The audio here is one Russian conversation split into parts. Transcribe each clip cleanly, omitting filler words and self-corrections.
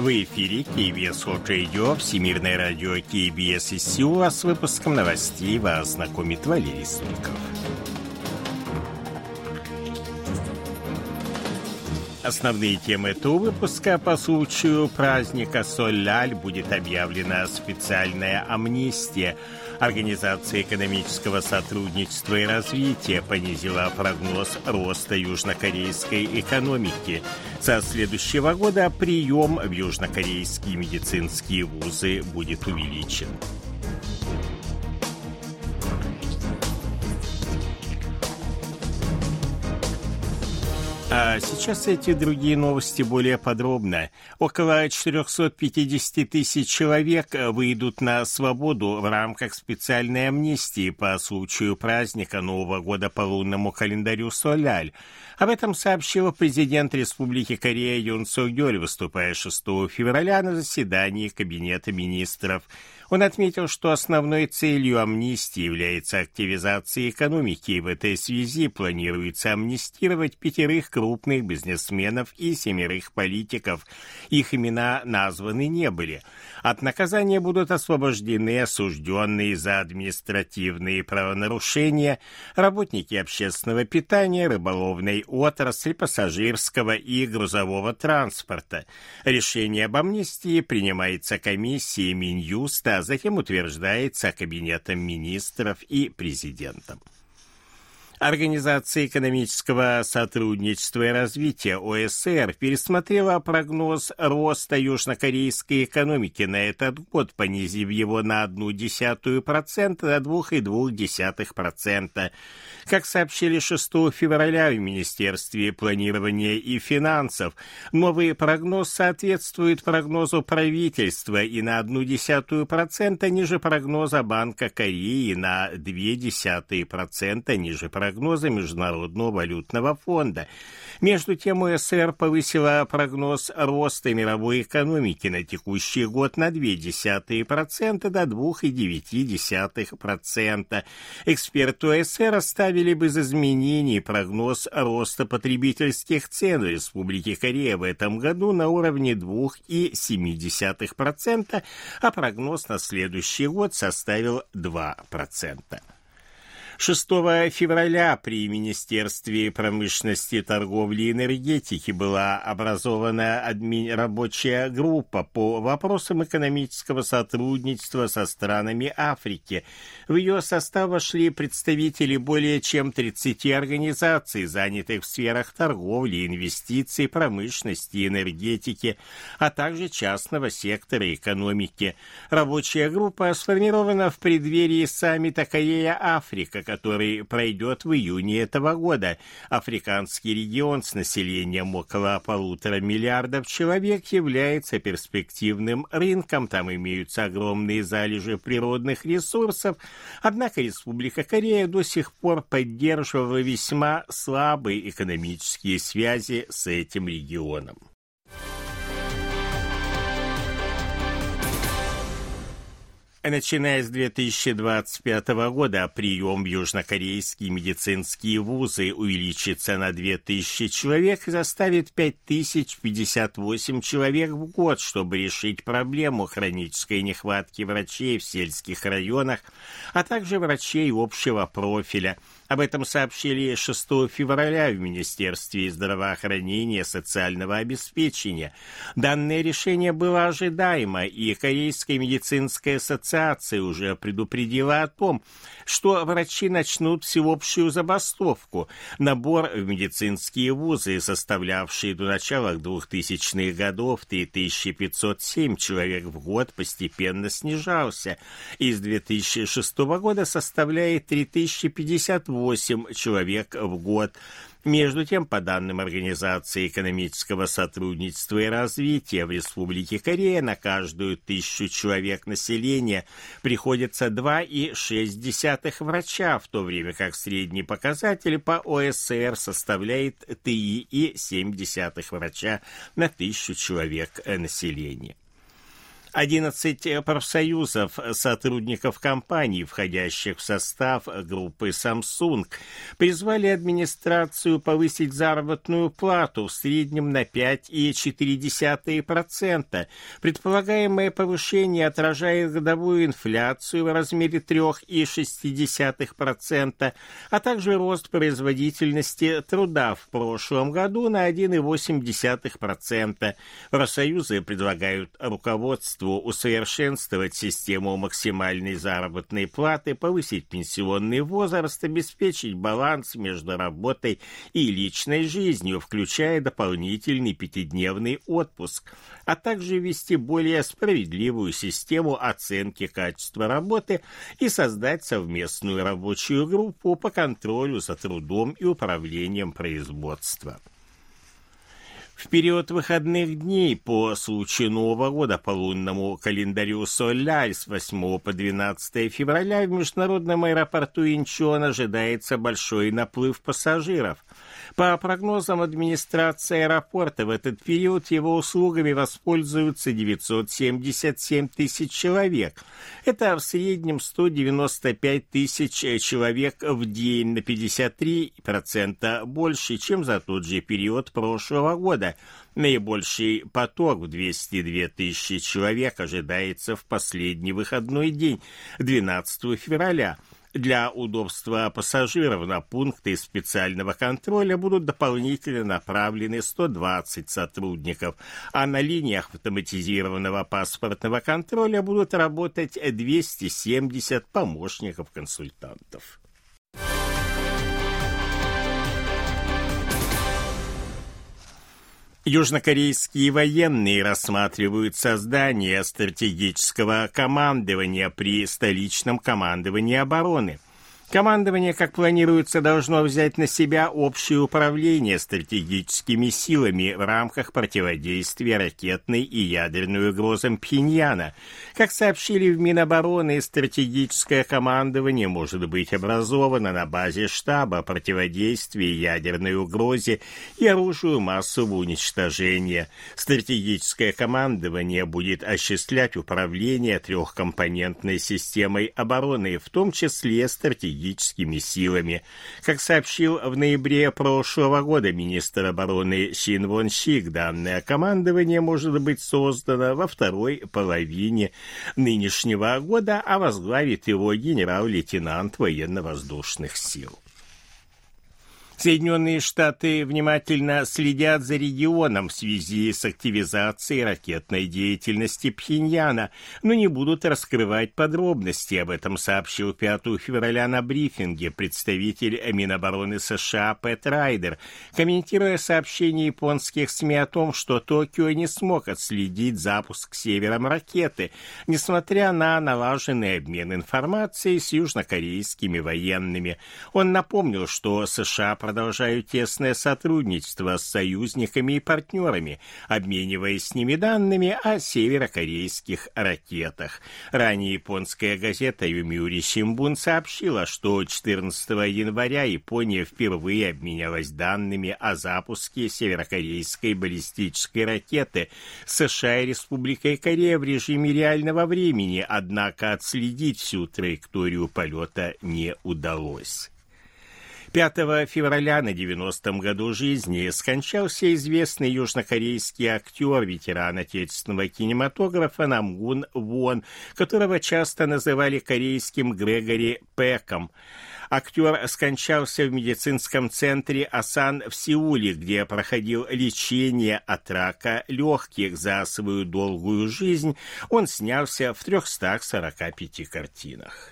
В эфире KBS World Radio, Всемирное радио KBS из Сеула. С выпуском новостей вас знакомит Валерий Суриков. Основные темы этого выпуска: по случаю праздника Соль-Ляль будет объявлена специальная амнистия. Организация экономического сотрудничества и развития понизила прогноз роста южнокорейской экономики. Со следующего года прием в южнокорейские медицинские вузы будет увеличен. А сейчас эти другие новости более подробно. Около 450 тысяч человек выйдут на свободу в рамках специальной амнистии по случаю праздника Нового года по лунному календарю Соль-Ляль. Об этом сообщил президент Республики Корея Юн Сок-Гёль, выступая 6 февраля на заседании Кабинета министров. Он отметил, что основной целью амнистии является активизация экономики, и в этой связи планируется амнистировать 5 крупных бизнесменов и 7 политиков. Их имена названы не были. От наказания будут освобождены осужденные за административные правонарушения, работники общественного питания, рыболовной отрасли, пассажирского и грузового транспорта. Решение об амнистии принимается комиссией Минюста, а затем утверждается Кабинетом министров и президентом. Организация экономического сотрудничества и развития ОСР пересмотрела прогноз роста южнокорейской экономики на этот год, понизив его на 0,1% до 2,2%. Как сообщили 6 февраля в Министерстве планирования и финансов, новый прогноз соответствует прогнозу правительства и на 0,1% ниже прогноза Банка Кореи, на 0,2% ниже прогноза Международного валютного фонда. Между тем, ОСР повысила прогноз роста мировой экономики на текущий год на 0,2% до 2,9%. Эксперты ОСР оставили без изменений прогноз роста потребительских цен в Республике Корея в этом году на уровне 2,7%, а прогноз на следующий год составил 2%. 6 февраля при Министерстве промышленности, торговли и энергетики была образована рабочая группа по вопросам экономического сотрудничества со странами Африки. В ее состав вошли представители более чем 30 организаций, занятых в сферах торговли, инвестиций, промышленности и энергетики, а также частного сектора экономики. Рабочая группа сформирована в преддверии саммита Корея-Африка, который пройдет в июне этого года. Африканский регион с населением около 1,5 миллиарда человек является перспективным рынком. Там имеются огромные залежи природных ресурсов. Однако Республика Корея до сих пор поддерживала весьма слабые экономические связи с этим регионом. Начиная с 2025 года прием в южнокорейские медицинские вузы увеличится на 2000 человек и заставит 5058 человек в год, чтобы решить проблему хронической нехватки врачей в сельских районах, а также врачей общего профиля. Об этом сообщили 6 февраля в Министерстве здравоохранения и социального обеспечения. Данное решение было ожидаемо, и Корейская медицинская ассоциация уже предупредила о том, что врачи начнут всеобщую забастовку. Набор в медицинские вузы, составлявший до начала 2000-х годов 3507 человек в год, постепенно снижался. Из 2006 года составляет 3058 человек в год. Между тем, по данным Организации экономического сотрудничества и развития, в Республике Корея на каждую 1000 человек населения приходится 2,6 врача, в то время как средний показатель по ОСР составляет 3,7 врача на 1000 человек населения. 11 профсоюзов сотрудников компаний, входящих в состав группы Samsung, призвали администрацию повысить заработную плату в среднем на 5,4%. Предполагаемое повышение отражает годовую инфляцию в размере 3,6%, а также рост производительности труда в прошлом году на 1,8%. Профсоюзы предлагают руководству усовершенствовать систему максимальной заработной платы, повысить пенсионный возраст, обеспечить баланс между работой и личной жизнью, включая дополнительный 5-дневный отпуск, а также ввести более справедливую систему оценки качества работы и создать совместную рабочую группу по контролю за трудом и управлением производства. В период выходных дней по случаю Нового года по лунному календарю Солярь с 8 по 12 февраля в международном аэропорту Инчхон ожидается большой наплыв пассажиров. По прогнозам администрации аэропорта, в этот период его услугами воспользуются 977 тысяч человек. Это в среднем 195 тысяч человек в день, на 53% больше, чем за тот же период прошлого года. Наибольший поток в 202 тысячи человек ожидается в последний выходной день, 12 февраля. Для удобства пассажиров на пункты специального контроля будут дополнительно направлены 120 сотрудников, а на линиях автоматизированного паспортного контроля будут работать 270 помощников-консультантов. Южнокорейские военные рассматривают создание стратегического командования при столичном командовании обороны. Командование, как планируется, должно взять на себя общее управление стратегическими силами в рамках противодействия ракетной и ядерной угрозам Пхеньяна. Как сообщили в Минобороны, стратегическое командование может быть образовано на базе штаба противодействия ядерной угрозе и оружию массового уничтожения. Стратегическое командование будет осуществлять управление трехкомпонентной системой обороны, в том числе стратегическими силами. Как сообщил в ноябре прошлого года министр обороны Син Вон Сик, данное командование может быть создано во второй половине нынешнего года, а возглавит его генерал-лейтенант военно-воздушных сил. Соединенные Штаты внимательно следят за регионом в связи с активизацией ракетной деятельности Пхеньяна, но не будут раскрывать подробности. Об этом сообщил 5 февраля на брифинге представитель Минобороны США Пэт Райдер, комментируя сообщение японских СМИ о том, что Токио не смог отследить запуск севером ракеты, несмотря на налаженный обмен информацией с южнокорейскими военными. Он напомнил, что США продолжают тесное сотрудничество с союзниками и партнерами, обмениваясь с ними данными о северокорейских ракетах. Ранее японская газета «Юмиури Симбун» сообщила, что 14 января Япония впервые обменялась данными о запуске северокорейской баллистической ракеты США и Республикой Корея в режиме реального времени, однако отследить всю траекторию полета не удалось. 5 февраля на 90-м году жизни скончался известный южнокорейский актер, ветеран отечественного кинематографа Намгун Вон, которого часто называли корейским Грегори Пеком. Актер скончался в медицинском центре Асан в Сеуле, где проходил лечение от рака легких. За свою долгую жизнь он снялся в 345 картинах.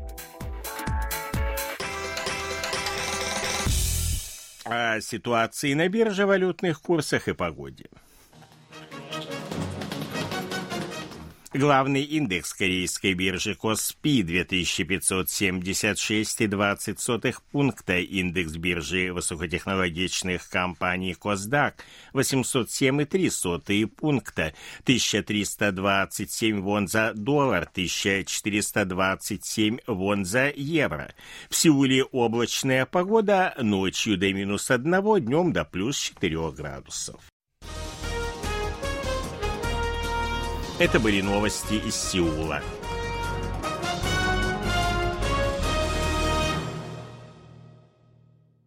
О ситуации на бирже, валютных курсах и погоде. Главный индекс корейской биржи Коспи 2576,20 пункта, индекс биржи высокотехнологичных компаний Косдак 807,3 пункта, 1327 вон за доллар, 1427 вон за евро. В Сеуле облачная погода, ночью до -1, днем до +4 градусов. Это были новости из Сеула.